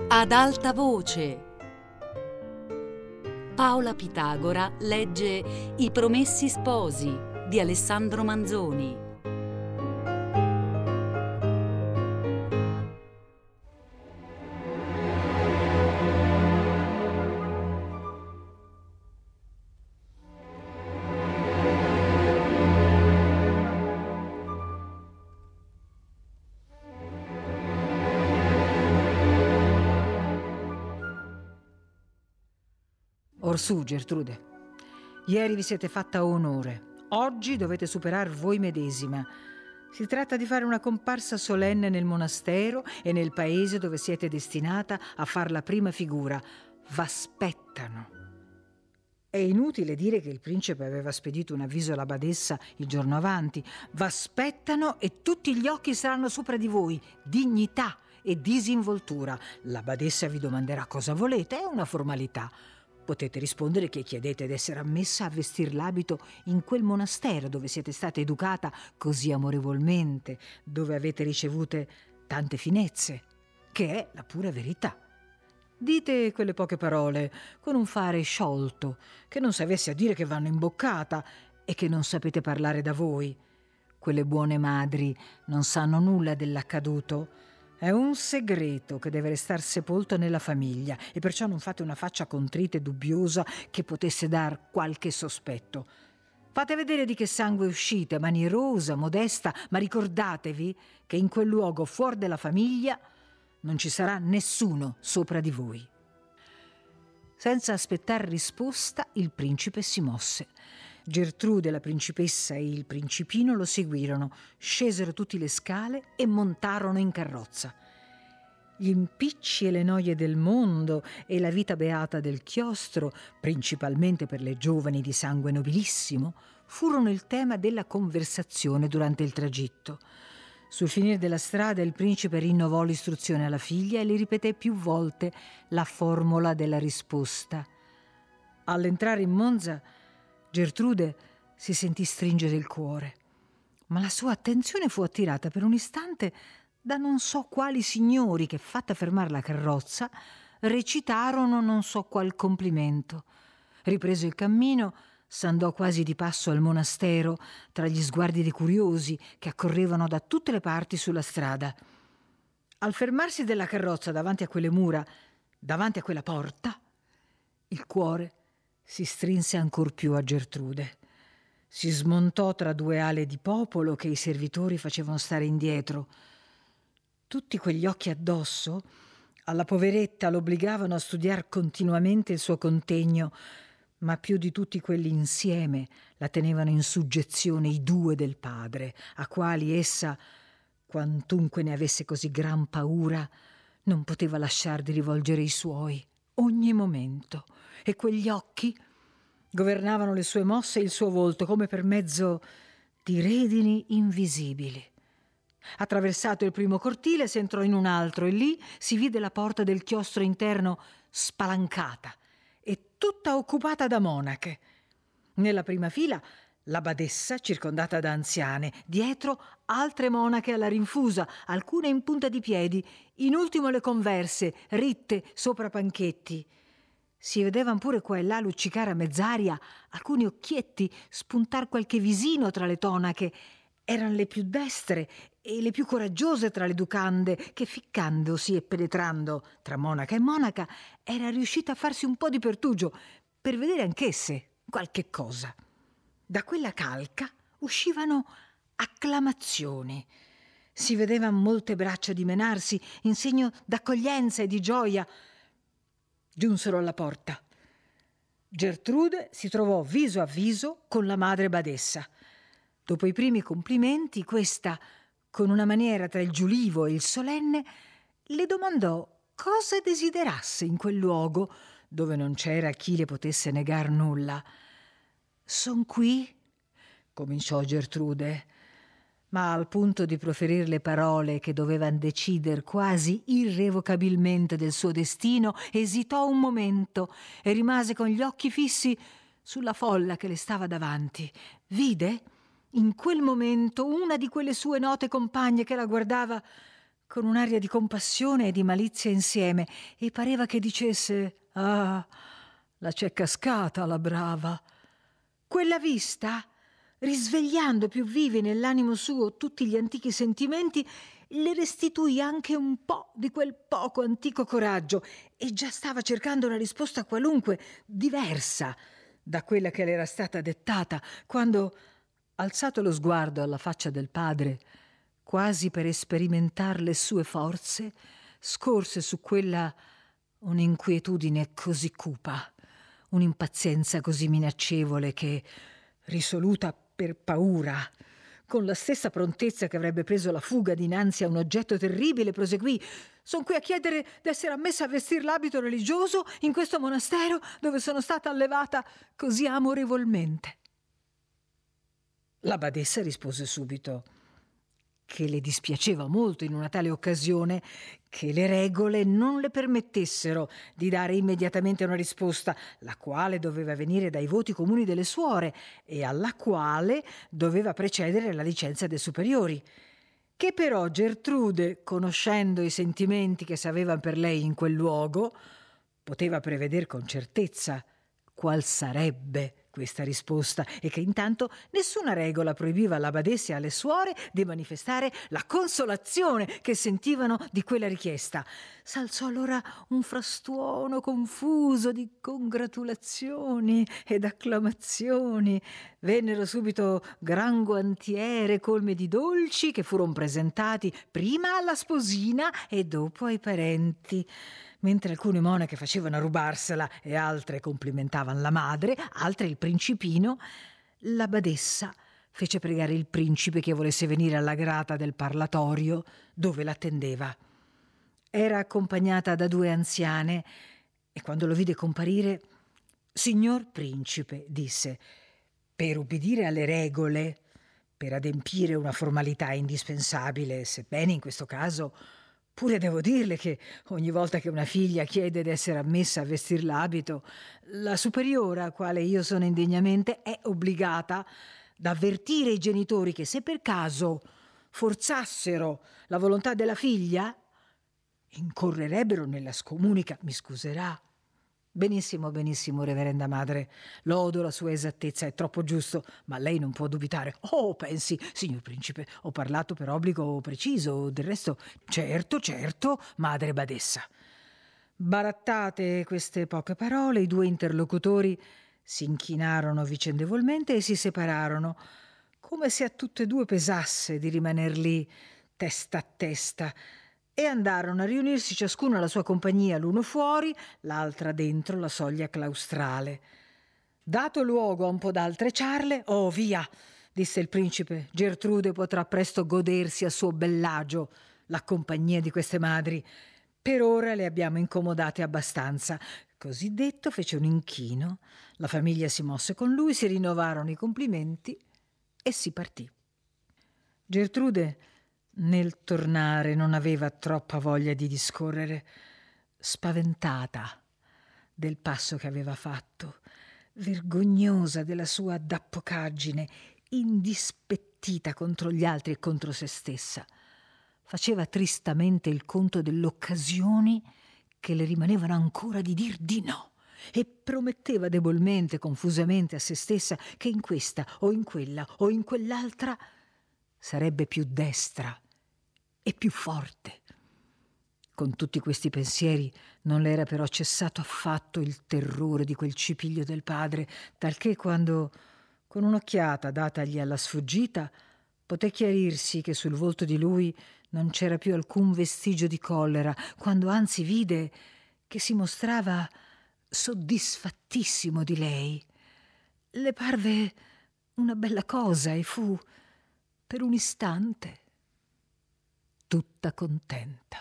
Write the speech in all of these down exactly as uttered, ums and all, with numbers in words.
Ad alta voce. Paola Pitagora legge I Promessi Sposi di Alessandro Manzoni. Orsù, Gertrude. Ieri vi siete fatta onore. Oggi dovete superar voi medesima. Si tratta di fare una comparsa solenne nel monastero e nel paese dove siete destinata a far la prima figura. V'aspettano. È inutile dire che il principe aveva spedito un avviso alla badessa il giorno avanti. V'aspettano e tutti gli occhi saranno sopra di voi. Dignità e disinvoltura. La badessa vi domanderà cosa volete, è una formalità. Potete rispondere che chiedete d'essere ammessa a vestir l'abito in quel monastero dove siete stata educata così amorevolmente, dove avete ricevute tante finezze, che è la pura verità. Dite quelle poche parole con un fare sciolto, che non sapesse a dire che vanno imboccata e che non sapete parlare da voi. Quelle buone madri non sanno nulla dell'accaduto. È un segreto che deve restar sepolto nella famiglia e perciò non fate una faccia contrita e dubbiosa che potesse dar qualche sospetto. Fate vedere di che sangue uscite, manierosa, modesta, ma ricordatevi che in quel luogo fuori della famiglia non ci sarà nessuno sopra di voi. Senza aspettare risposta, il principe si mosse. Gertrude, la principessa e il principino lo seguirono, scesero tutte le scale e montarono in carrozza. Gli impicci e le noie del mondo e la vita beata del chiostro, principalmente per le giovani di sangue nobilissimo, furono il tema della conversazione durante il tragitto. Sul finire della strada il principe rinnovò l'istruzione alla figlia e le ripeté più volte la formula della risposta. All'entrare in Monza, Gertrude si sentì stringere il cuore, ma la sua attenzione fu attirata per un istante da non so quali signori che, fatta fermare la carrozza, recitarono non so qual complimento. Ripreso il cammino, s'andò quasi di passo al monastero tra gli sguardi dei curiosi che accorrevano da tutte le parti sulla strada. Al fermarsi della carrozza davanti a quelle mura, davanti a quella porta, il cuore si strinse ancor più a Gertrude. Si smontò tra due ale di popolo che i servitori facevano stare indietro. Tutti quegli occhi addosso alla poveretta l'obbligavano a studiar continuamente il suo contegno, ma più di tutti quelli insieme la tenevano in suggezione i due del padre, a quali essa, quantunque ne avesse così gran paura, non poteva lasciar di rivolgere i suoi ogni momento. E quegli occhi governavano le sue mosse e il suo volto come per mezzo di redini invisibili. Attraversato il primo cortile si entrò in un altro e lì si vide la porta del chiostro interno spalancata e tutta occupata da monache. Nella prima fila la badessa circondata da anziane, dietro altre monache alla rinfusa, alcune in punta di piedi, in ultimo le converse, ritte sopra panchetti. Si vedevan pure qua e là luccicare a mezz'aria alcuni occhietti, spuntar qualche visino tra le tonache. Eran le più destre e le più coraggiose tra le educande che, ficcandosi e penetrando tra monaca e monaca, era riuscita a farsi un po' di pertugio per vedere anch'esse qualche cosa. Da quella calca uscivano acclamazioni. Si vedevan molte braccia dimenarsi in segno d'accoglienza e di gioia. Giunsero alla porta. Gertrude si trovò viso a viso con la madre badessa. Dopo i primi complimenti, questa, con una maniera tra il giulivo e il solenne, le domandò cosa desiderasse in quel luogo dove non c'era chi le potesse negar nulla. «Son qui», cominciò Gertrude, ma al punto di proferir le parole che dovevan decider quasi irrevocabilmente del suo destino, esitò un momento e rimase con gli occhi fissi sulla folla che le stava davanti. Vide in quel momento una di quelle sue note compagne che la guardava con un'aria di compassione e di malizia insieme, e pareva che dicesse: «Ah, la c'è cascata, la brava». Quella vista, risvegliando più vivi nell'animo suo tutti gli antichi sentimenti, le restituì anche un po' di quel poco antico coraggio, e già stava cercando una risposta qualunque, diversa da quella che le era stata dettata, quando, alzato lo sguardo alla faccia del padre, quasi per sperimentar le sue forze, scorse su quella un'inquietudine così cupa, un'impazienza così minaccevole che, risoluta per paura, con la stessa prontezza che avrebbe preso la fuga dinanzi a un oggetto terribile, proseguì: «Sono qui a chiedere d'essere ammessa a vestir l'abito religioso in questo monastero dove sono stata allevata così amorevolmente». La badessa rispose subito che le dispiaceva molto in una tale occasione che le regole non le permettessero di dare immediatamente una risposta, la quale doveva venire dai voti comuni delle suore e alla quale doveva precedere la licenza dei superiori, che però Gertrude, conoscendo i sentimenti che s'avevano per lei in quel luogo, poteva prevedere con certezza qual sarebbe questa risposta, e che intanto nessuna regola proibiva alla badessa e alle suore di manifestare la consolazione che sentivano di quella richiesta. S'alzò allora un frastuono confuso di congratulazioni ed acclamazioni. Vennero subito gran guantiere colme di dolci che furono presentati prima alla sposina e dopo ai parenti. Mentre alcune monache facevano a rubarsela e altre complimentavano la madre, altre il principino, la badessa fece pregare il principe che volesse venire alla grata del parlatorio dove l'attendeva. Era accompagnata da due anziane e quando lo vide comparire: «Signor principe», disse, «per ubbidire alle regole, per adempiere una formalità indispensabile, sebbene in questo caso pure devo dirle che ogni volta che una figlia chiede d'essere ammessa a vestir l'abito, la superiora, a quale io sono indegnamente, è obbligata d'avvertire i genitori che se per caso forzassero la volontà della figlia, incorrerebbero nella scomunica». «Mi scuserà». «Benissimo, benissimo, reverenda madre, lodo la sua esattezza, è troppo giusto, ma lei non può dubitare». «Oh, pensi, signor principe, ho parlato per obbligo preciso, del resto». «Certo, certo, madre badessa». Barattate queste poche parole, i due interlocutori si inchinarono vicendevolmente e si separarono, come se a tutte e due pesasse di rimaner lì testa a testa, e andarono a riunirsi ciascuno alla sua compagnia, l'uno fuori, l'altra dentro la soglia claustrale. Dato luogo a un po' d'altre ciarle: «Oh, via», disse il principe, «Gertrude potrà presto godersi a suo bellagio la compagnia di queste madri. Per ora le abbiamo incomodate abbastanza». Così detto fece un inchino, la famiglia si mosse con lui, si rinnovarono i complimenti e si partì. Gertrude nel tornare non aveva troppa voglia di discorrere, spaventata del passo che aveva fatto, vergognosa della sua dappocaggine, indispettita contro gli altri e contro se stessa. Faceva tristamente il conto delle occasioni che le rimanevano ancora di dir di no, e prometteva debolmente, confusamente a se stessa che in questa o in quella o in quell'altra sarebbe più destra e più forte. Con tutti questi pensieri non le era però cessato affatto il terrore di quel cipiglio del padre, talché quando, con un'occhiata datagli alla sfuggita, poté chiarirsi che sul volto di lui non c'era più alcun vestigio di collera, quando anzi vide che si mostrava soddisfattissimo di lei. Le parve una bella cosa e fu, per un istante, tutta contenta.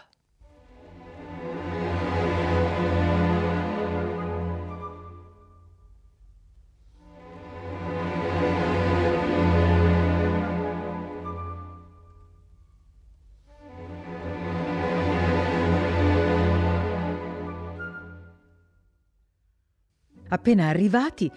Appena arrivati,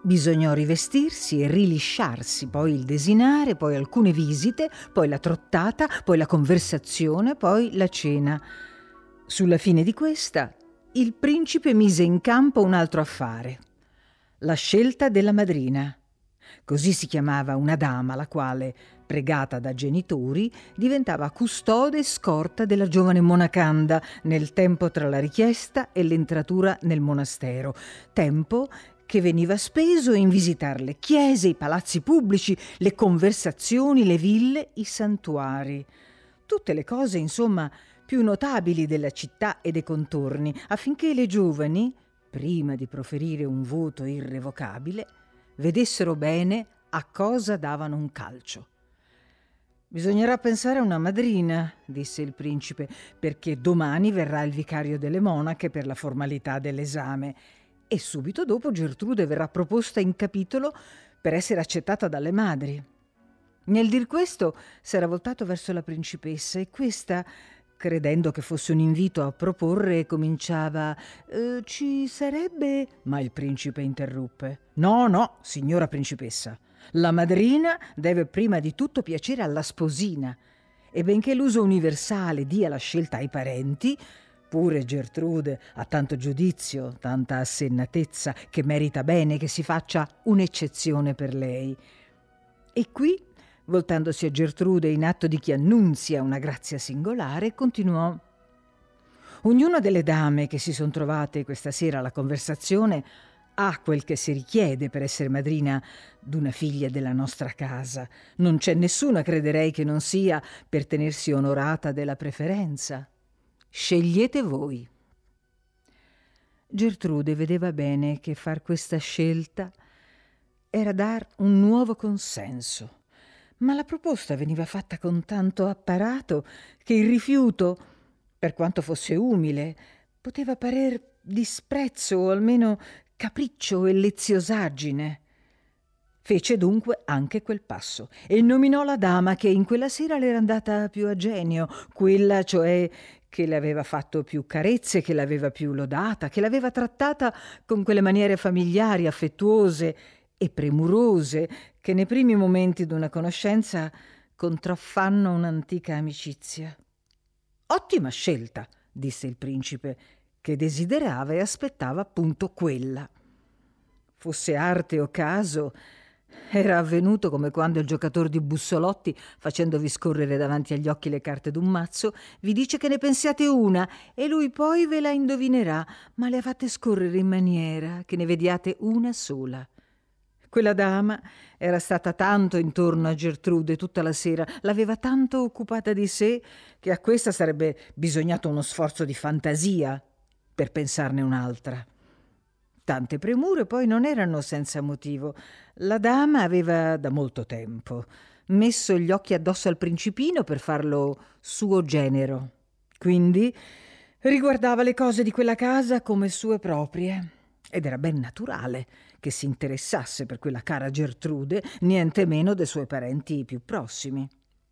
Bisognò rivestirsi e rilisciarsi, poi il desinare, poi alcune visite, poi la trottata, poi la conversazione, poi la cena. Sulla fine di questa, il principe mise in campo un altro affare: la scelta della madrina. Così si chiamava una dama la quale, pregata da genitori, diventava custode e scorta della giovane monacanda nel tempo tra la richiesta e l'entratura nel monastero, tempo che veniva speso in visitare le chiese, i palazzi pubblici, le conversazioni, le ville, i santuari. Tutte le cose, insomma, più notabili della città e dei contorni, affinché le giovani, prima di proferire un voto irrevocabile, vedessero bene a cosa davano un calcio. «Bisognerà pensare a una madrina», disse il principe, «perché domani verrà il vicario delle monache per la formalità dell'esame e subito dopo Gertrude verrà proposta in capitolo per essere accettata dalle madri». Nel dir questo s'era voltato verso la principessa e questa, credendo che fosse un invito a proporre, cominciava eh, «Ci sarebbe...» Ma il principe interruppe. «No, no, signora principessa, la madrina deve prima di tutto piacere alla sposina e benché l'uso universale dia la scelta ai parenti, pure Gertrude ha tanto giudizio, tanta assennatezza, che merita bene che si faccia un'eccezione per lei». E qui, voltandosi a Gertrude in atto di chi annunzia una grazia singolare, continuò: «Ognuna delle dame che si son trovate questa sera alla conversazione ha quel che si richiede per essere madrina d'una figlia della nostra casa. Non c'è nessuna, crederei, che non sia per tenersi onorata della preferenza. Scegliete voi». Gertrude vedeva bene che far questa scelta era dar un nuovo consenso, ma la proposta veniva fatta con tanto apparato che il rifiuto, per quanto fosse umile, poteva parer disprezzo o almeno capriccio e leziosaggine. Fece dunque anche quel passo e nominò la dama che in quella sera le era andata più a genio, quella cioè che le aveva fatto più carezze, che l'aveva più lodata, che l'aveva trattata con quelle maniere familiari, affettuose e premurose che nei primi momenti d'una conoscenza contraffanno un'antica amicizia. «Ottima scelta», disse il principe, che desiderava e aspettava appunto quella. Fosse arte o caso, era avvenuto come quando il giocatore di bussolotti, facendovi scorrere davanti agli occhi le carte d'un mazzo, vi dice che ne pensiate una e lui poi ve la indovinerà, ma le ha fatte scorrere in maniera che ne vediate una sola. Quella dama era stata tanto intorno a Gertrude tutta la sera, l'aveva tanto occupata di sé, che a questa sarebbe bisognato uno sforzo di fantasia per pensarne un'altra. Tante premure poi non erano senza motivo. La dama aveva da molto tempo messo gli occhi addosso al principino per farlo suo genero, quindi riguardava le cose di quella casa come sue proprie, ed era ben naturale che si interessasse per quella cara Gertrude, niente meno dei suoi parenti più prossimi.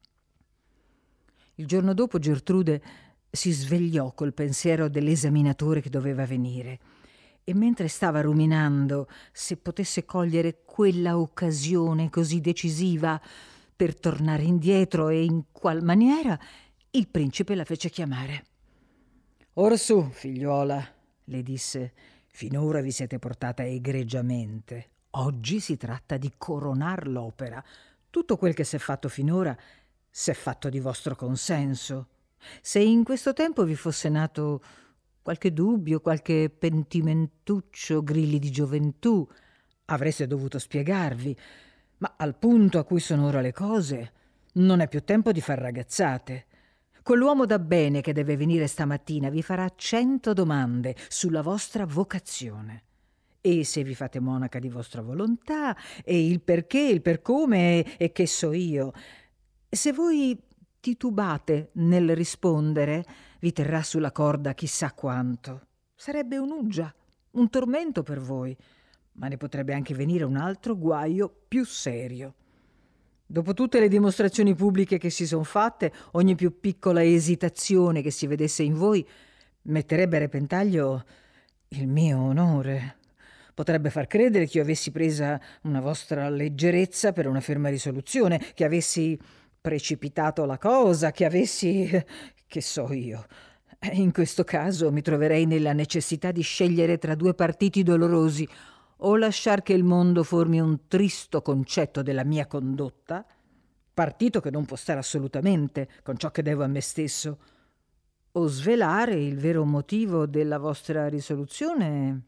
Il giorno dopo Gertrude si svegliò col pensiero dell'esaminatore che doveva venire e mentre stava ruminando se potesse cogliere quella occasione così decisiva per tornare indietro e in qual maniera, il principe la fece chiamare. «Orsù, figliuola», le disse, «finora vi siete portata egregiamente. Oggi si tratta di coronar l'opera. Tutto quel che s'è fatto finora s'è fatto di vostro consenso. Se in questo tempo vi fosse nato qualche dubbio, qualche pentimentuccio, grilli di gioventù, avreste dovuto spiegarvi, ma al punto a cui sono ora le cose non è più tempo di far ragazzate. Quell'uomo da bene che deve venire stamattina vi farà cento domande sulla vostra vocazione. E se vi fate monaca di vostra volontà, e il perché, il per come, e, e che so io. Se voi titubate nel rispondere, vi terrà sulla corda chissà quanto. Sarebbe un'uggia, un tormento per voi, ma ne potrebbe anche venire un altro guaio più serio. Dopo tutte le dimostrazioni pubbliche che si son fatte, ogni più piccola esitazione che si vedesse in voi metterebbe a repentaglio il mio onore. Potrebbe far credere che io avessi presa una vostra leggerezza per una ferma risoluzione, che avessi precipitato la cosa, che avessi... che so io. In questo caso mi troverei nella necessità di scegliere tra due partiti dolorosi: o lasciar che il mondo formi un tristo concetto della mia condotta, partito che non può stare assolutamente con ciò che devo a me stesso, o svelare il vero motivo della vostra risoluzione.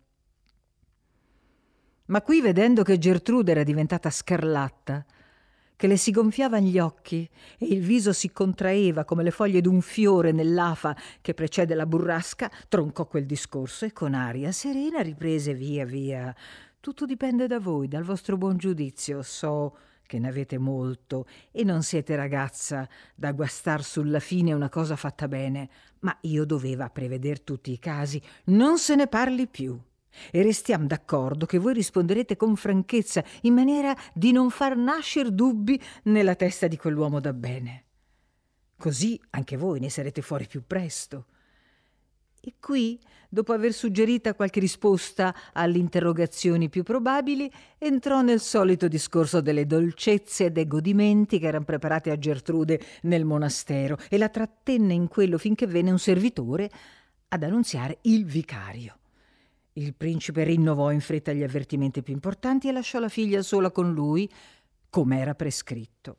Ma qui, vedendo che Gertrude era diventata scarlatta, che le si gonfiavan gli occhi e il viso si contraeva come le foglie d'un fiore nell'afa che precede la burrasca, troncò quel discorso e con aria serena riprese via via: tutto dipende da voi, dal vostro buon giudizio. So che ne avete molto e non siete ragazza da guastar sulla fine una cosa fatta bene, ma io doveva preveder tutti i casi. Non se ne parli più. E restiamo d'accordo che voi risponderete con franchezza, in maniera di non far nascer dubbi nella testa di quell'uomo da bene. Così anche voi ne sarete fuori più presto. E qui, dopo aver suggerita qualche risposta alle interrogazioni più probabili, entrò nel solito discorso delle dolcezze e dei godimenti che erano preparati a Gertrude nel monastero e la trattenne in quello finché venne un servitore ad annunziare il vicario. Il principe rinnovò in fretta gli avvertimenti più importanti e lasciò la figlia sola con lui, come era prescritto.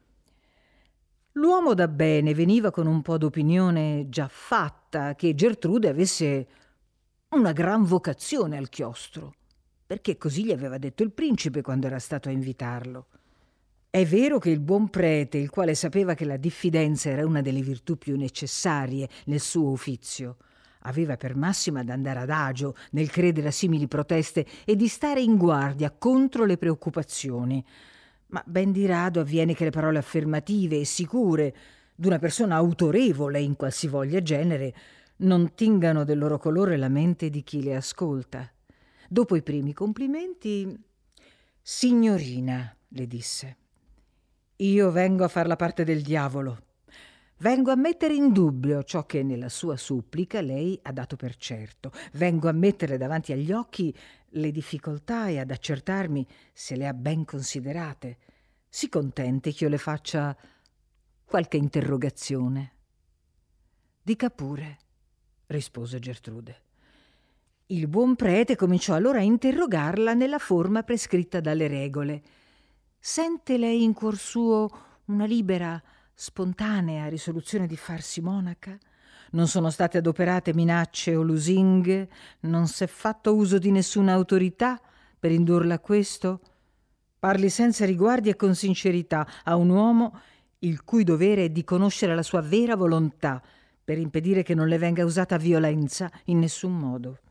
L'uomo da bene veniva con un po' d'opinione già fatta che Gertrude avesse una gran vocazione al chiostro, perché così gli aveva detto il principe quando era stato a invitarlo. È vero che il buon prete, il quale sapeva che la diffidenza era una delle virtù più necessarie nel suo ufficio, aveva per massima d'andare adagio nel credere a simili proteste e di stare in guardia contro le preoccupazioni. Ma ben di rado avviene che le parole affermative e sicure d'una persona autorevole in qualsivoglia genere non tingano del loro colore la mente di chi le ascolta. Dopo i primi complimenti: «Signorina», le disse, «io vengo a far la parte del diavolo. Vengo a mettere in dubbio ciò che nella sua supplica lei ha dato per certo. Vengo a mettere davanti agli occhi le difficoltà e ad accertarmi se le ha ben considerate. Si contenti che io le faccia qualche interrogazione». «Dica pure», rispose Gertrude. Il buon prete cominciò allora a interrogarla nella forma prescritta dalle regole. «Sente lei in cuor suo una libera, spontanea risoluzione di farsi monaca? Non sono state adoperate minacce o lusinghe? Non s'è fatto uso di nessuna autorità per indurla a questo? Parli senza riguardi e con sincerità a un uomo il cui dovere è di conoscere la sua vera volontà per impedire che non le venga usata violenza in nessun modo».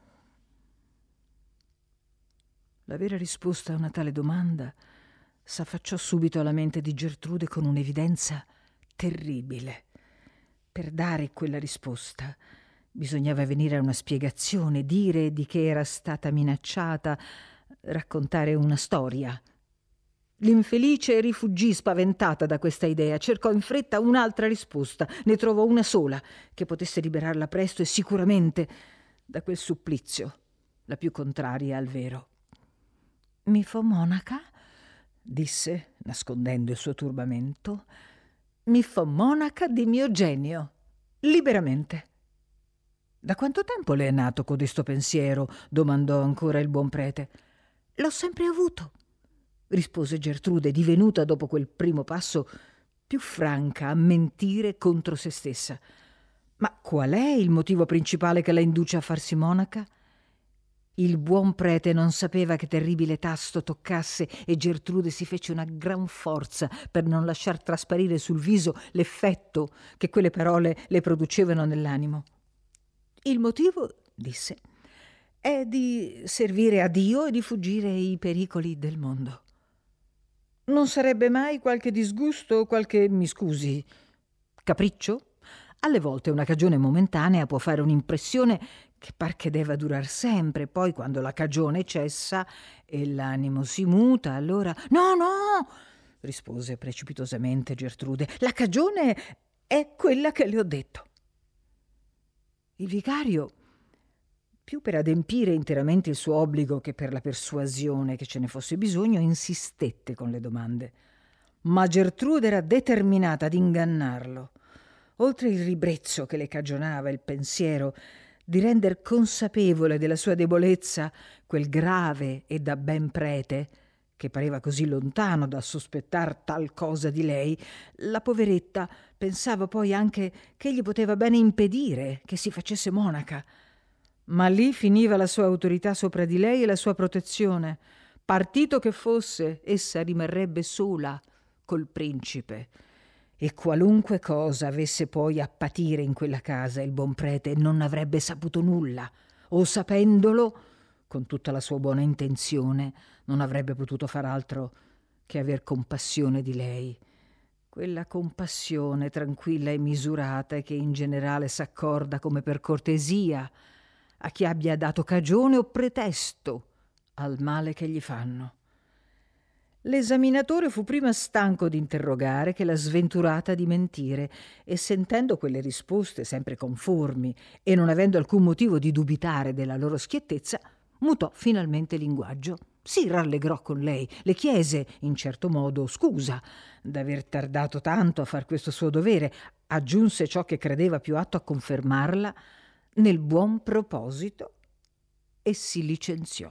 La vera risposta a una tale domanda s'affacciò subito alla mente di Gertrude con un'evidenza terribile. Per dare quella risposta bisognava venire a una spiegazione, dire di che era stata minacciata, raccontare una storia. L'infelice rifuggì spaventata da questa idea, cercò in fretta un'altra risposta, ne trovò una sola che potesse liberarla presto e sicuramente da quel supplizio, la più contraria al vero. «Mi fo monaca?» disse, nascondendo il suo turbamento. «Mi fo monaca di mio genio, liberamente». «Da quanto tempo le è nato codesto pensiero?» domandò ancora il buon prete. «L'ho sempre avuto», rispose Gertrude, divenuta dopo quel primo passo più franca a mentire contro se stessa. «Ma qual è il motivo principale che la induce a farsi monaca?» Il buon prete non sapeva che terribile tasto toccasse e Gertrude si fece una gran forza per non lasciar trasparire sul viso l'effetto che quelle parole le producevano nell'animo. «Il motivo», disse, «è di servire a Dio e di fuggire i pericoli del mondo». «Non sarebbe mai qualche disgusto o qualche, mi scusi, capriccio? Alle volte una cagione momentanea può fare un'impressione che par che deva durar sempre, poi quando la cagione cessa e l'animo si muta, allora...» «No, no!» rispose precipitosamente Gertrude. «La cagione è quella che le ho detto». Il vicario Più per adempiere interamente il suo obbligo che per la persuasione che ce ne fosse bisogno, insistette con le domande. Ma Gertrude era determinata ad ingannarlo. Oltre il ribrezzo che le cagionava il pensiero di render consapevole della sua debolezza quel grave e da ben prete, che pareva così lontano da sospettar tal cosa di lei, la poveretta pensava poi anche che egli poteva bene impedire che si facesse monaca. Ma lì finiva la sua autorità sopra di lei e la sua protezione. Partito che fosse, essa rimarrebbe sola col principe. E qualunque cosa avesse poi a patire in quella casa, il buon prete non avrebbe saputo nulla, o sapendolo, con tutta la sua buona intenzione, non avrebbe potuto far altro che aver compassione di lei. Quella compassione tranquilla e misurata e che in generale s'accorda come per cortesia a chi abbia dato cagione o pretesto al male che gli fanno. L'esaminatore fu prima stanco di interrogare che la sventurata di mentire, e sentendo quelle risposte sempre conformi e non avendo alcun motivo di dubitare della loro schiettezza, mutò finalmente linguaggio. Si rallegrò con lei, le chiese in certo modo scusa d'aver tardato tanto a far questo suo dovere, aggiunse ciò che credeva più atto a confermarla nel buon proposito e si licenziò.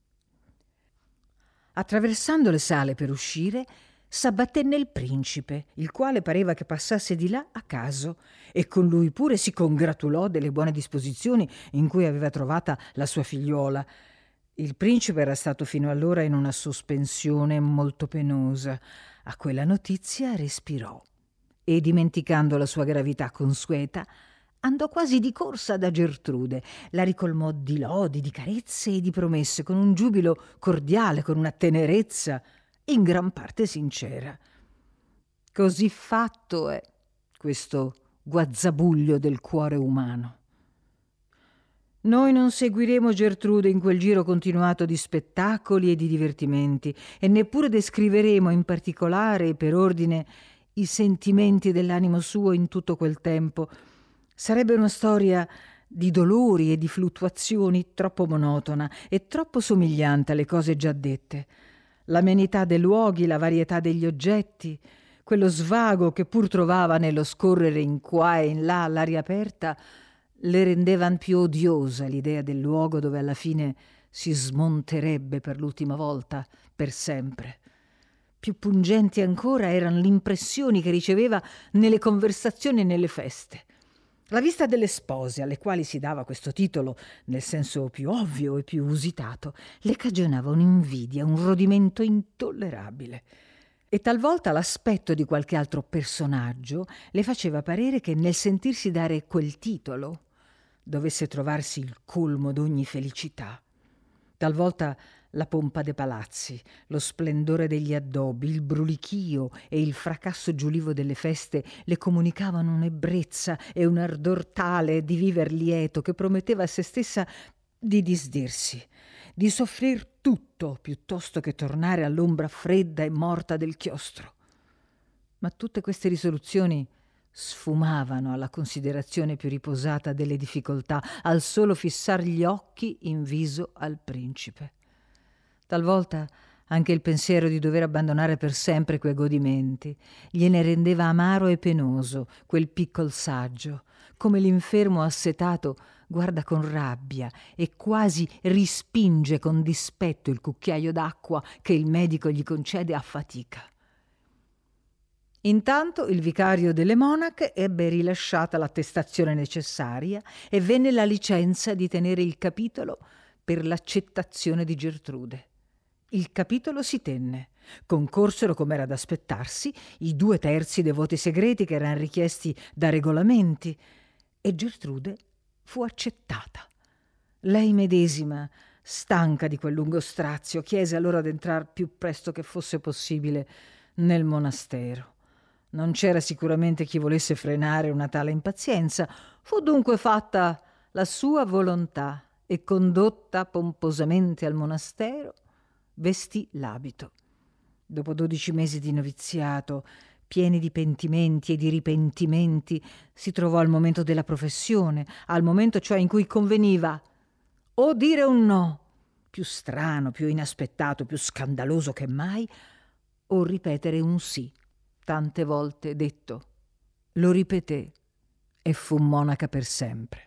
Attraversando le sale per uscire, s'abbatté nel principe, il quale pareva che passasse di là a caso, e con lui pure si congratulò delle buone disposizioni in cui aveva trovata la sua figliuola. Il principe era stato fino allora in una sospensione molto penosa. A quella notizia respirò e, dimenticando la sua gravità consueta, andò quasi di corsa da Gertrude, la ricolmò di lodi, di carezze e di promesse, con un giubilo cordiale, con una tenerezza in gran parte sincera. Così fatto è questo guazzabuglio del cuore umano. Noi non seguiremo Gertrude in quel giro continuato di spettacoli e di divertimenti, e neppure descriveremo in particolare e per ordine i sentimenti dell'animo suo in tutto quel tempo. Sarebbe una storia di dolori e di fluttuazioni troppo monotona e troppo somigliante alle cose già dette. L'amenità dei luoghi, la varietà degli oggetti, quello svago che pur trovava nello scorrere in qua e in là all'aria aperta, le rendevan più odiosa l'idea del luogo dove alla fine si smonterebbe per l'ultima volta, per sempre. Più pungenti ancora erano le impressioni che riceveva nelle conversazioni e nelle feste. La vista delle spose, alle quali si dava questo titolo nel senso più ovvio e più usitato, le cagionava un'invidia, un rodimento intollerabile. E talvolta l'aspetto di qualche altro personaggio le faceva parere che nel sentirsi dare quel titolo dovesse trovarsi il colmo d'ogni felicità. Talvolta la pompa dei palazzi, lo splendore degli addobbi, il brulichio e il fracasso giulivo delle feste le comunicavano un'ebbrezza e un ardor tale di viver lieto che prometteva a se stessa di disdirsi, di soffrir tutto piuttosto che tornare all'ombra fredda e morta del chiostro. Ma tutte queste risoluzioni sfumavano alla considerazione più riposata delle difficoltà, al solo fissar gli occhi in viso al principe. Talvolta anche il pensiero di dover abbandonare per sempre quei godimenti gliene rendeva amaro e penoso quel piccol saggio, come l'infermo assetato guarda con rabbia e quasi rispinge con dispetto il cucchiaio d'acqua che il medico gli concede a fatica. Intanto il vicario delle monache ebbe rilasciata l'attestazione necessaria e venne la licenza di tenere il capitolo per l'accettazione di Gertrude. Il capitolo si tenne. Concorsero, come era da aspettarsi, i due terzi dei voti segreti che erano richiesti da regolamenti, e Gertrude fu accettata. Lei medesima, stanca di quel lungo strazio, chiese allora ad entrar più presto che fosse possibile nel monastero. Non c'era sicuramente chi volesse frenare una tale impazienza. Fu dunque fatta la sua volontà e, condotta pomposamente al monastero, vestì l'abito. Dopo dodici mesi di noviziato, pieni di pentimenti e di ripentimenti, si trovò al momento della professione, al momento cioè in cui conveniva o dire un no, più strano, più inaspettato, più scandaloso che mai, o ripetere un sì, tante volte detto. Lo ripeté e fu monaca per sempre.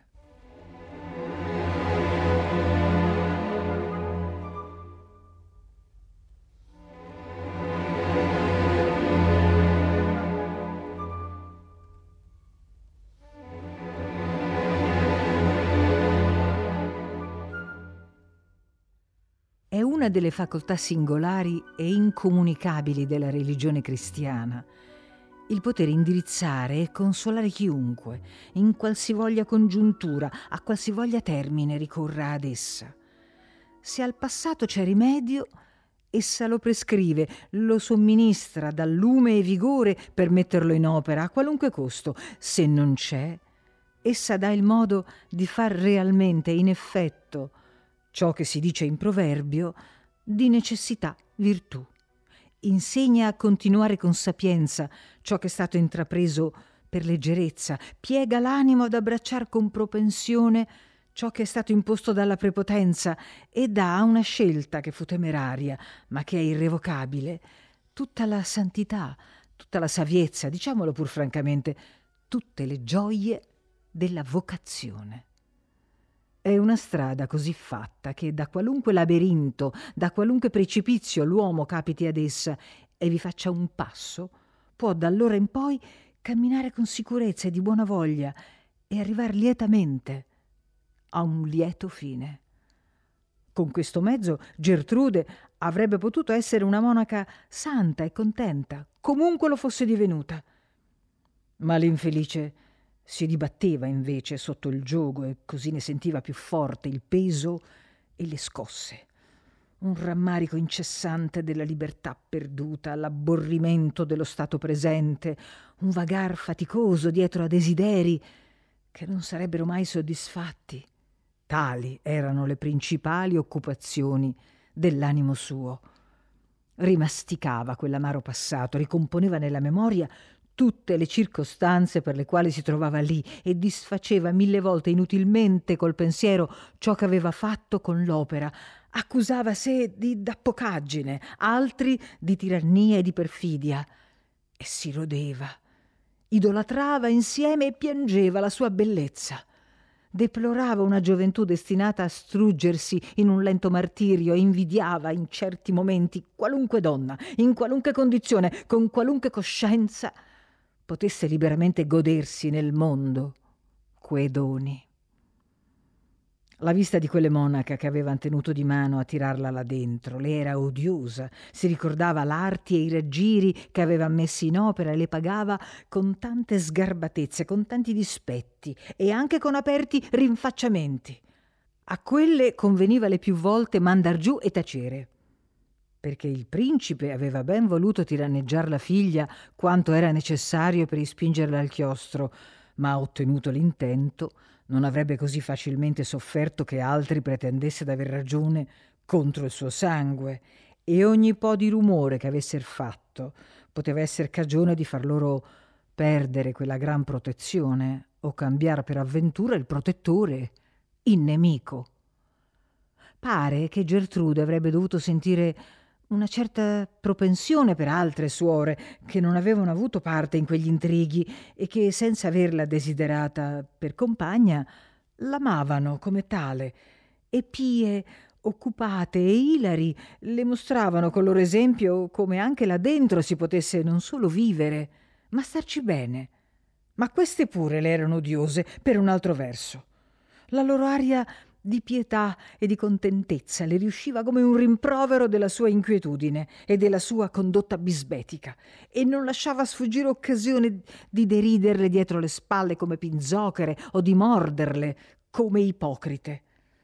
È una delle facoltà singolari e incomunicabili della religione cristiana, il poter indirizzare e consolare chiunque, in qualsivoglia congiuntura, a qualsivoglia termine ricorra ad essa. Se al passato c'è rimedio, essa lo prescrive, lo somministra, dà lume e vigore per metterlo in opera a qualunque costo. Se non c'è, essa dà il modo di far realmente, in effetto, ciò che si dice in proverbio, di necessità virtù. Insegna a continuare con sapienza ciò che è stato intrapreso per leggerezza, piega l'animo ad abbracciar con propensione ciò che è stato imposto dalla prepotenza e dà a una scelta che fu temeraria, ma che è irrevocabile, tutta la santità, tutta la saviezza, diciamolo pur francamente, tutte le gioie della vocazione. È una strada così fatta che da qualunque laberinto, da qualunque precipizio l'uomo capiti ad essa e vi faccia un passo, può da allora in poi camminare con sicurezza e di buona voglia e arrivar lietamente a un lieto fine. Con questo mezzo Gertrude avrebbe potuto essere una monaca santa e contenta, comunque lo fosse divenuta. Ma l'infelice si dibatteva invece sotto il giogo e così ne sentiva più forte il peso e le scosse. Un rammarico incessante della libertà perduta, l'aborrimento dello stato presente, un vagar faticoso dietro a desideri che non sarebbero mai soddisfatti. Tali erano le principali occupazioni dell'animo suo. Rimasticava quell'amaro passato, ricomponeva nella memoria tutte le circostanze per le quali si trovava lì e disfaceva mille volte inutilmente col pensiero ciò che aveva fatto con l'opera. Accusava sé di dappocaggine, altri di tirannia e di perfidia, e si rodeva, idolatrava insieme e piangeva la sua bellezza. Deplorava una gioventù destinata a struggersi in un lento martirio e invidiava in certi momenti qualunque donna, in qualunque condizione, con qualunque coscienza, potesse liberamente godersi nel mondo quei doni. La vista di quelle monache che avevano tenuto di mano a tirarla là dentro le era odiosa, si ricordava l'arti e i raggiri che aveva messi in opera e le pagava con tante sgarbatezze, con tanti dispetti e anche con aperti rinfacciamenti. A quelle conveniva le più volte mandar giù e tacere, perché il principe aveva ben voluto tiranneggiar la figlia quanto era necessario per ispingerla al chiostro, ma ottenuto l'intento non avrebbe così facilmente sofferto che altri pretendesse d'aver ragione contro il suo sangue, e ogni po' di rumore che avesser fatto poteva esser cagione di far loro perdere quella gran protezione o cambiar per avventura il protettore in nemico. Pare che Gertrude avrebbe dovuto sentire una certa propensione per altre suore che non avevano avuto parte in quegli intrighi e che, senza averla desiderata per compagna, l'amavano come tale, e pie, occupate e ilari le mostravano col loro esempio come anche là dentro si potesse non solo vivere, ma starci bene. Ma queste pure le erano odiose per un altro verso. La loro aria di pietà e di contentezza le riusciva come un rimprovero della sua inquietudine e della sua condotta bisbetica, e non lasciava sfuggire occasione di deriderle dietro le spalle come pinzochere o di morderle come ipocrite.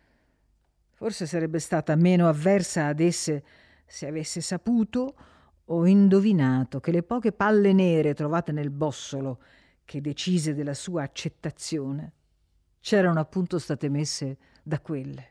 Forse sarebbe stata meno avversa ad esse se avesse saputo o indovinato che le poche palle nere trovate nel bossolo che decise della sua accettazione c'erano appunto state messe da quelle.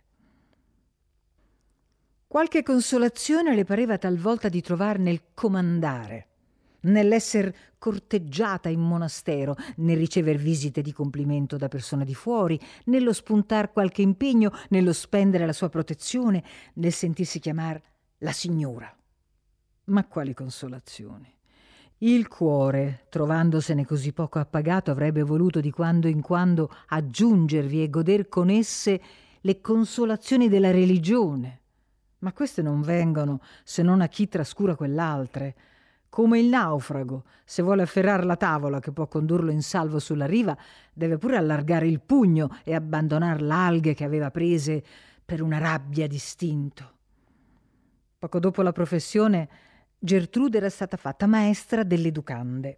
Qualche consolazione le pareva talvolta di trovar nel comandare, nell'esser corteggiata in monastero, nel ricever visite di complimento da persone di fuori, nello spuntar qualche impegno, nello spendere la sua protezione, nel sentirsi chiamar la signora. Ma quali consolazioni! Il cuore, trovandosene così poco appagato, avrebbe voluto di quando in quando aggiungervi e goder con esse le consolazioni della religione. Ma queste non vengono se non a chi trascura quell'altre. Come il naufrago, se vuole afferrar la tavola che può condurlo in salvo sulla riva, deve pure allargare il pugno e abbandonar l'alghe che aveva prese per una rabbia d'istinto. Poco dopo la professione, Gertrude era stata fatta maestra delle educande.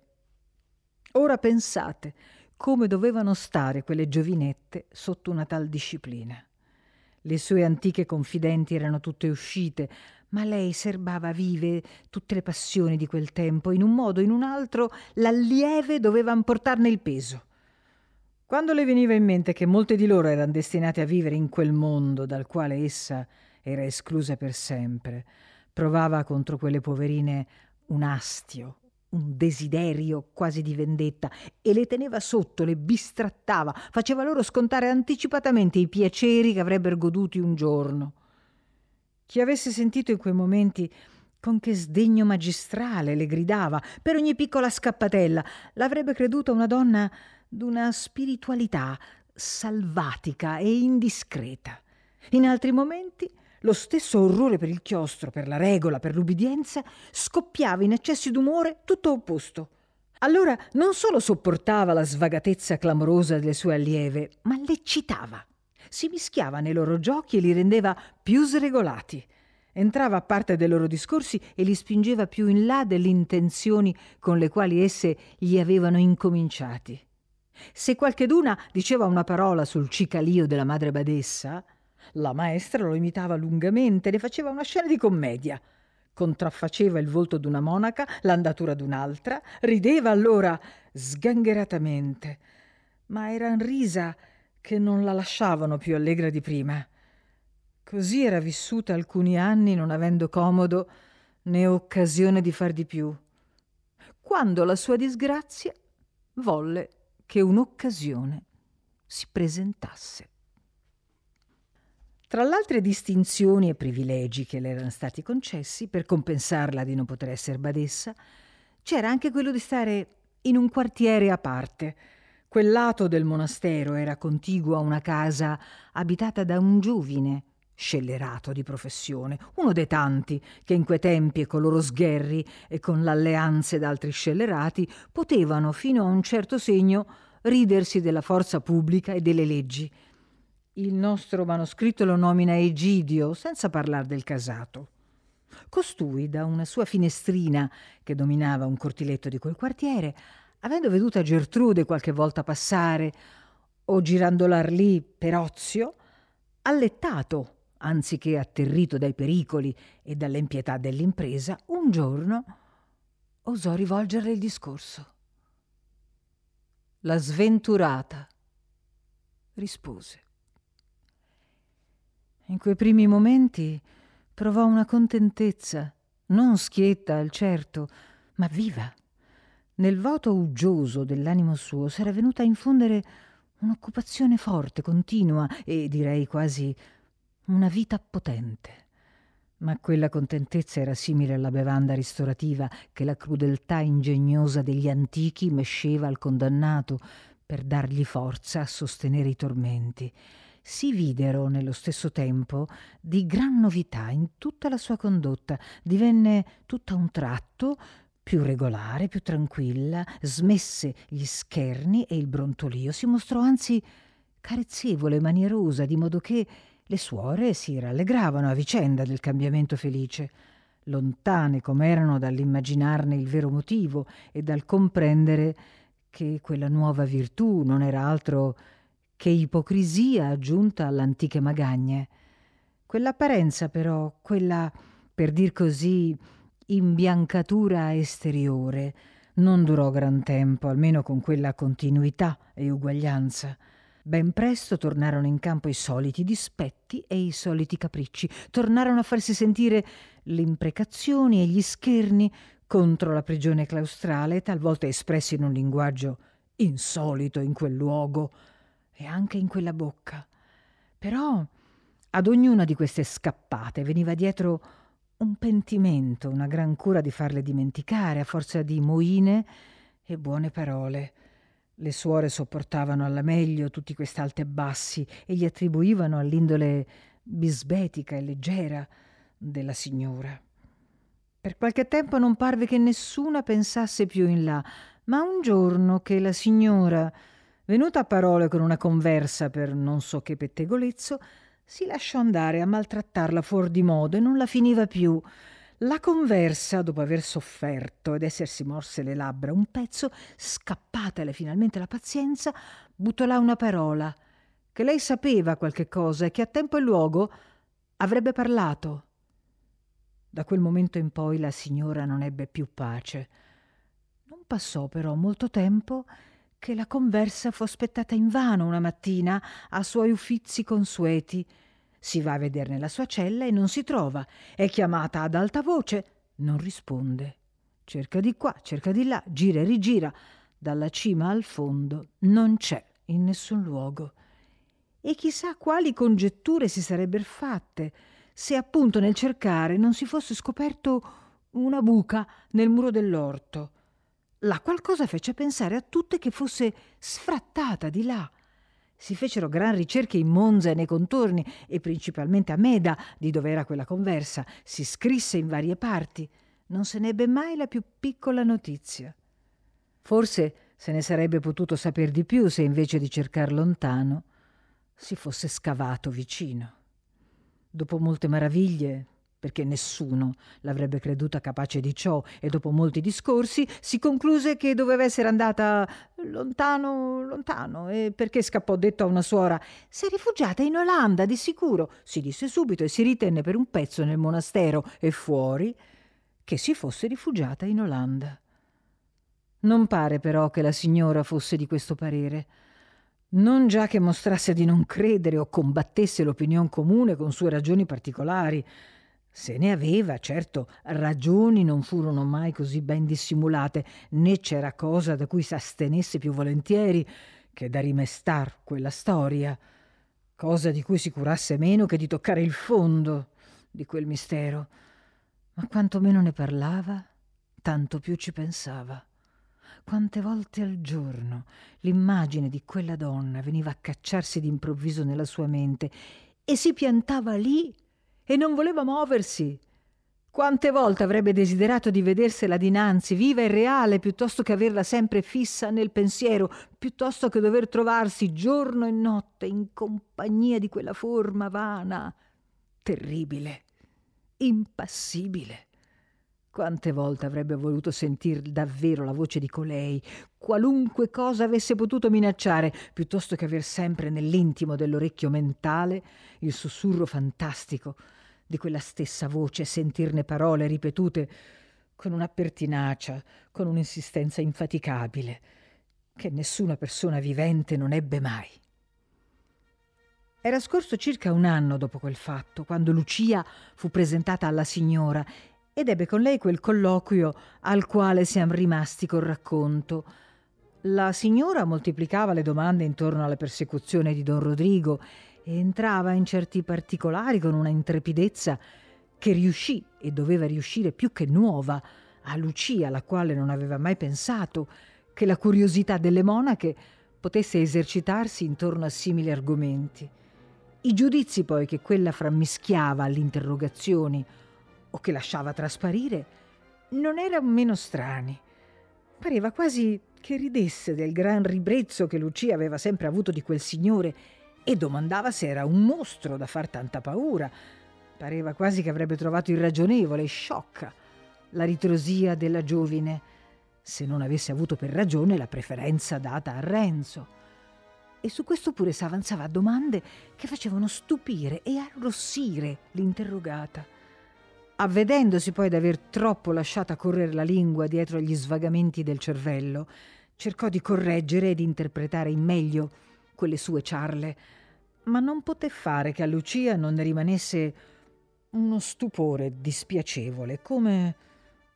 Ora pensate come dovevano stare quelle giovinette sotto una tal disciplina. Le sue antiche confidenti erano tutte uscite, ma lei serbava vive tutte le passioni di quel tempo. In un modo o in un altro l'allieve doveva portarne il peso. Quando le veniva in mente che molte di loro erano destinate a vivere in quel mondo dal quale essa era esclusa per sempre, provava contro quelle poverine un astio, un desiderio quasi di vendetta, e le teneva sotto, le bistrattava, faceva loro scontare anticipatamente i piaceri che avrebbero goduti un giorno. Chi avesse sentito in quei momenti con che sdegno magistrale le gridava per ogni piccola scappatella, l'avrebbe creduta una donna d'una spiritualità salvatica e indiscreta. In altri momenti lo stesso orrore per il chiostro, per la regola, per l'ubbidienza, scoppiava in eccessi d'umore tutto opposto. Allora non solo sopportava la svagatezza clamorosa delle sue allieve, ma le eccitava. Si mischiava nei loro giochi e li rendeva più sregolati. Entrava a parte dei loro discorsi e li spingeva più in là delle intenzioni con le quali esse gli avevano incominciati. Se qualcheduna diceva una parola sul cicalio della madre badessa, la maestra lo imitava lungamente, le faceva una scena di commedia. Contraffaceva il volto d'una monaca, l'andatura d'un'altra, rideva allora sgangheratamente, ma eran risa che non la lasciavano più allegra di prima. Così era vissuta alcuni anni, non avendo comodo né occasione di far di più, quando la sua disgrazia volle che un'occasione si presentasse. Tra le altre distinzioni e privilegi che le erano stati concessi per compensarla di non poter essere badessa, c'era anche quello di stare in un quartiere a parte. Quel lato del monastero era contiguo a una casa abitata da un giovine scellerato di professione, uno dei tanti che in quei tempi e con loro sgherri e con l'alleanze d'altri scellerati potevano fino a un certo segno ridersi della forza pubblica e delle leggi. Il nostro manoscritto lo nomina Egidio, senza parlare del casato. Costui, da una sua finestrina che dominava un cortiletto di quel quartiere, avendo veduta Gertrude qualche volta passare o girandolar lì per ozio, allettato, anziché atterrito dai pericoli e dall'impietà dell'impresa, un giorno osò rivolgerle il discorso. La sventurata rispose. In quei primi momenti provò una contentezza, non schietta al certo, ma viva. Nel vuoto uggioso dell'animo suo s'era venuta a infondere un'occupazione forte, continua e direi quasi una vita potente. Ma quella contentezza era simile alla bevanda ristorativa che la crudeltà ingegnosa degli antichi mesceva al condannato per dargli forza a sostenere i tormenti. Si videro nello stesso tempo di gran novità in tutta la sua condotta. Divenne tutto a un tratto più regolare, più tranquilla, smesse gli scherni e il brontolio, si mostrò anzi carezzevole e manierosa, di modo che le suore si rallegravano a vicenda del cambiamento felice, lontane com'erano dall'immaginarne il vero motivo e dal comprendere che quella nuova virtù non era altro che ipocrisia aggiunta all'antiche magagne. Quell'apparenza però, quella, per dir così, imbiancatura esteriore, non durò gran tempo, almeno con quella continuità e uguaglianza. Ben presto tornarono in campo i soliti dispetti e i soliti capricci, tornarono a farsi sentire le imprecazioni e gli scherni contro la prigione claustrale, talvolta espressi in un linguaggio insolito in quel luogo e anche in quella bocca. Però ad ognuna di queste scappate veniva dietro un pentimento, una gran cura di farle dimenticare a forza di moine e buone parole. Le suore sopportavano alla meglio tutti quest'alti e bassi e gli attribuivano all'indole bisbetica e leggera della signora. Per qualche tempo non parve che nessuna pensasse più in là, ma un giorno che la signora, venuta a parole con una conversa per non so che pettegolezzo, si lasciò andare a maltrattarla fuor di modo e non la finiva più. La conversa, dopo aver sofferto ed essersi morse le labbra un pezzo, scappatale finalmente la pazienza, buttò là una parola, che lei sapeva qualche cosa e che a tempo e luogo avrebbe parlato. Da quel momento in poi la signora non ebbe più pace. Non passò però molto tempo che la conversa fu aspettata invano una mattina a suoi uffizi consueti. Si va a vedere nella sua cella e non si trova. È chiamata ad alta voce, non risponde. Cerca di qua, cerca di là, gira e rigira. Dalla cima al fondo non c'è in nessun luogo. E chissà quali congetture si sarebbero fatte se appunto nel cercare non si fosse scoperto una buca nel muro dell'orto. La qualcosa fece pensare a tutte che fosse sfrattata di là. Si fecero gran ricerche in Monza e nei contorni e principalmente a Meda, di dove era quella conversa. Si scrisse in varie parti. Non se ne ebbe mai la più piccola notizia. Forse se ne sarebbe potuto saper di più se invece di cercar lontano si fosse scavato vicino. Dopo molte maraviglie, perché nessuno l'avrebbe creduta capace di ciò, e dopo molti discorsi si concluse che doveva essere andata lontano, lontano, e perché scappò detto a una suora: «S'è rifugiata in Olanda, di sicuro», si disse subito e si ritenne per un pezzo nel monastero e fuori che si fosse rifugiata in Olanda. Non pare però che la signora fosse di questo parere. Non già che mostrasse di non credere o combattesse l'opinion comune con sue ragioni particolari. Se ne aveva, certo, ragioni non furono mai così ben dissimulate, né c'era cosa da cui s'astenesse più volentieri che da rimestar quella storia, cosa di cui si curasse meno che di toccare il fondo di quel mistero. Ma quanto meno ne parlava, tanto più ci pensava. Quante volte al giorno l'immagine di quella donna veniva a cacciarsi d'improvviso nella sua mente e si piantava lì e non voleva muoversi. Quante volte avrebbe desiderato di vedersela dinanzi, viva e reale, piuttosto che averla sempre fissa nel pensiero, piuttosto che dover trovarsi giorno e notte in compagnia di quella forma vana, terribile, impassibile. Quante volte avrebbe voluto sentir davvero la voce di colei, qualunque cosa avesse potuto minacciare, piuttosto che aver sempre nell'intimo dell'orecchio mentale il sussurro fantastico di quella stessa voce, sentirne parole ripetute con una pertinacia, con un'insistenza infaticabile, che nessuna persona vivente non ebbe mai. Era scorso circa un anno dopo quel fatto, quando Lucia fu presentata alla signora ed ebbe con lei quel colloquio al quale siamo rimasti col racconto. La signora moltiplicava le domande intorno alla persecuzione di Don Rodrigo e entrava in certi particolari con una intrepidezza che riuscì, e doveva riuscire più che nuova, a Lucia, la quale non aveva mai pensato che la curiosità delle monache potesse esercitarsi intorno a simili argomenti. I giudizi poi che quella frammischiava alle interrogazioni o che lasciava trasparire non erano meno strani. Pareva quasi che ridesse del gran ribrezzo che Lucia aveva sempre avuto di quel signore e domandava se era un mostro da far tanta paura. Pareva quasi che avrebbe trovato irragionevole e sciocca la ritrosia della giovine, se non avesse avuto per ragione la preferenza data a Renzo. E su questo pure s'avanzava a domande che facevano stupire e arrossire l'interrogata. Avvedendosi poi d'aver troppo lasciata correre la lingua dietro agli svagamenti del cervello, cercò di correggere e di interpretare in meglio quelle sue ciarle, ma non poté fare che a Lucia non ne rimanesse uno stupore dispiacevole, come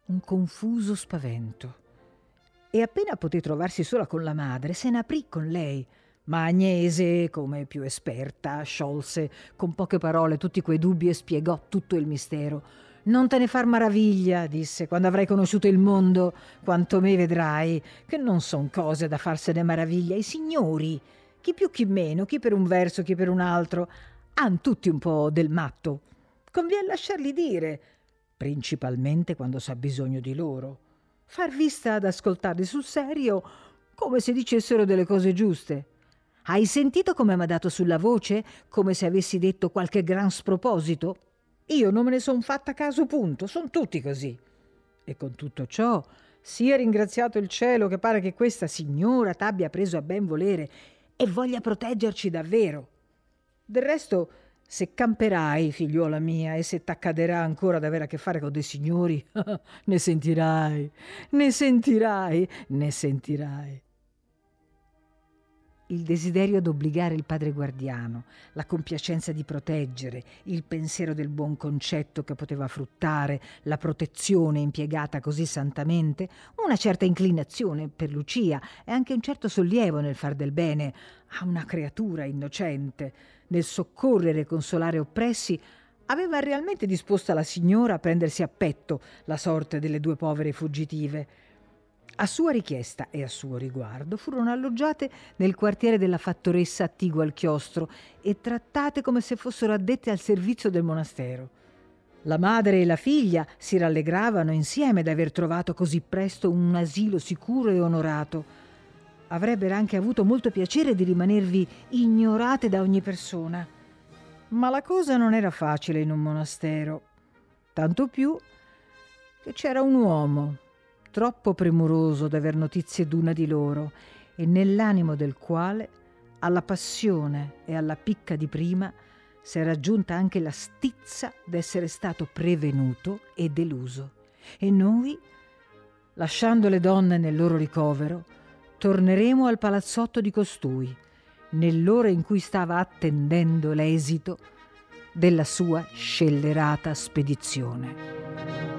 un confuso spavento. E appena poté trovarsi sola con la madre, se ne aprì con lei. Ma Agnese, come più esperta, sciolse con poche parole tutti quei dubbi e spiegò tutto il mistero. «Non te ne far maraviglia», disse, «quando avrai conosciuto il mondo, quanto me vedrai, che non son cose da farsene maraviglia. I signori, chi più chi meno, chi per un verso, chi per un altro, han tutti un po' del matto. Convien lasciarli dire, principalmente quando s'ha bisogno di loro. Far vista ad ascoltarli sul serio, come se dicessero delle cose giuste. Hai sentito come m'ha dato sulla voce, come se avessi detto qualche gran sproposito? Io non me ne son fatta caso, punto, son tutti così. E con tutto ciò, sia ringraziato il cielo che pare che questa signora t'abbia preso a ben volere e voglia proteggerci davvero. Del resto, se camperai, figliuola mia, e se t'accaderà ancora d'avere a che fare con dei signori, ne sentirai, ne sentirai, ne sentirai. Il desiderio d'obbligare il padre guardiano, la compiacenza di proteggere, il pensiero del buon concetto che poteva fruttare, la protezione impiegata così santamente, una certa inclinazione per Lucia e anche un certo sollievo nel far del bene a una creatura innocente, nel soccorrere e consolare oppressi, aveva realmente disposta la signora a prendersi a petto la sorte delle due povere fuggitive. A sua richiesta e a suo riguardo furono alloggiate nel quartiere della fattoressa attiguo al chiostro e trattate come se fossero addette al servizio del monastero. La madre e la figlia si rallegravano insieme d'aver trovato così presto un asilo sicuro e onorato. Avrebbero anche avuto molto piacere di rimanervi ignorate da ogni persona. Ma la cosa non era facile in un monastero, tanto più che c'era un uomo troppo premuroso d'aver notizie d'una di loro e nell'animo del quale, alla passione e alla picca di prima, s'era aggiunta anche la stizza d'essere stato prevenuto e deluso. E noi, lasciando le donne nel loro ricovero, torneremo al palazzotto di costui, nell'ora in cui stava attendendo l'esito della sua scellerata spedizione.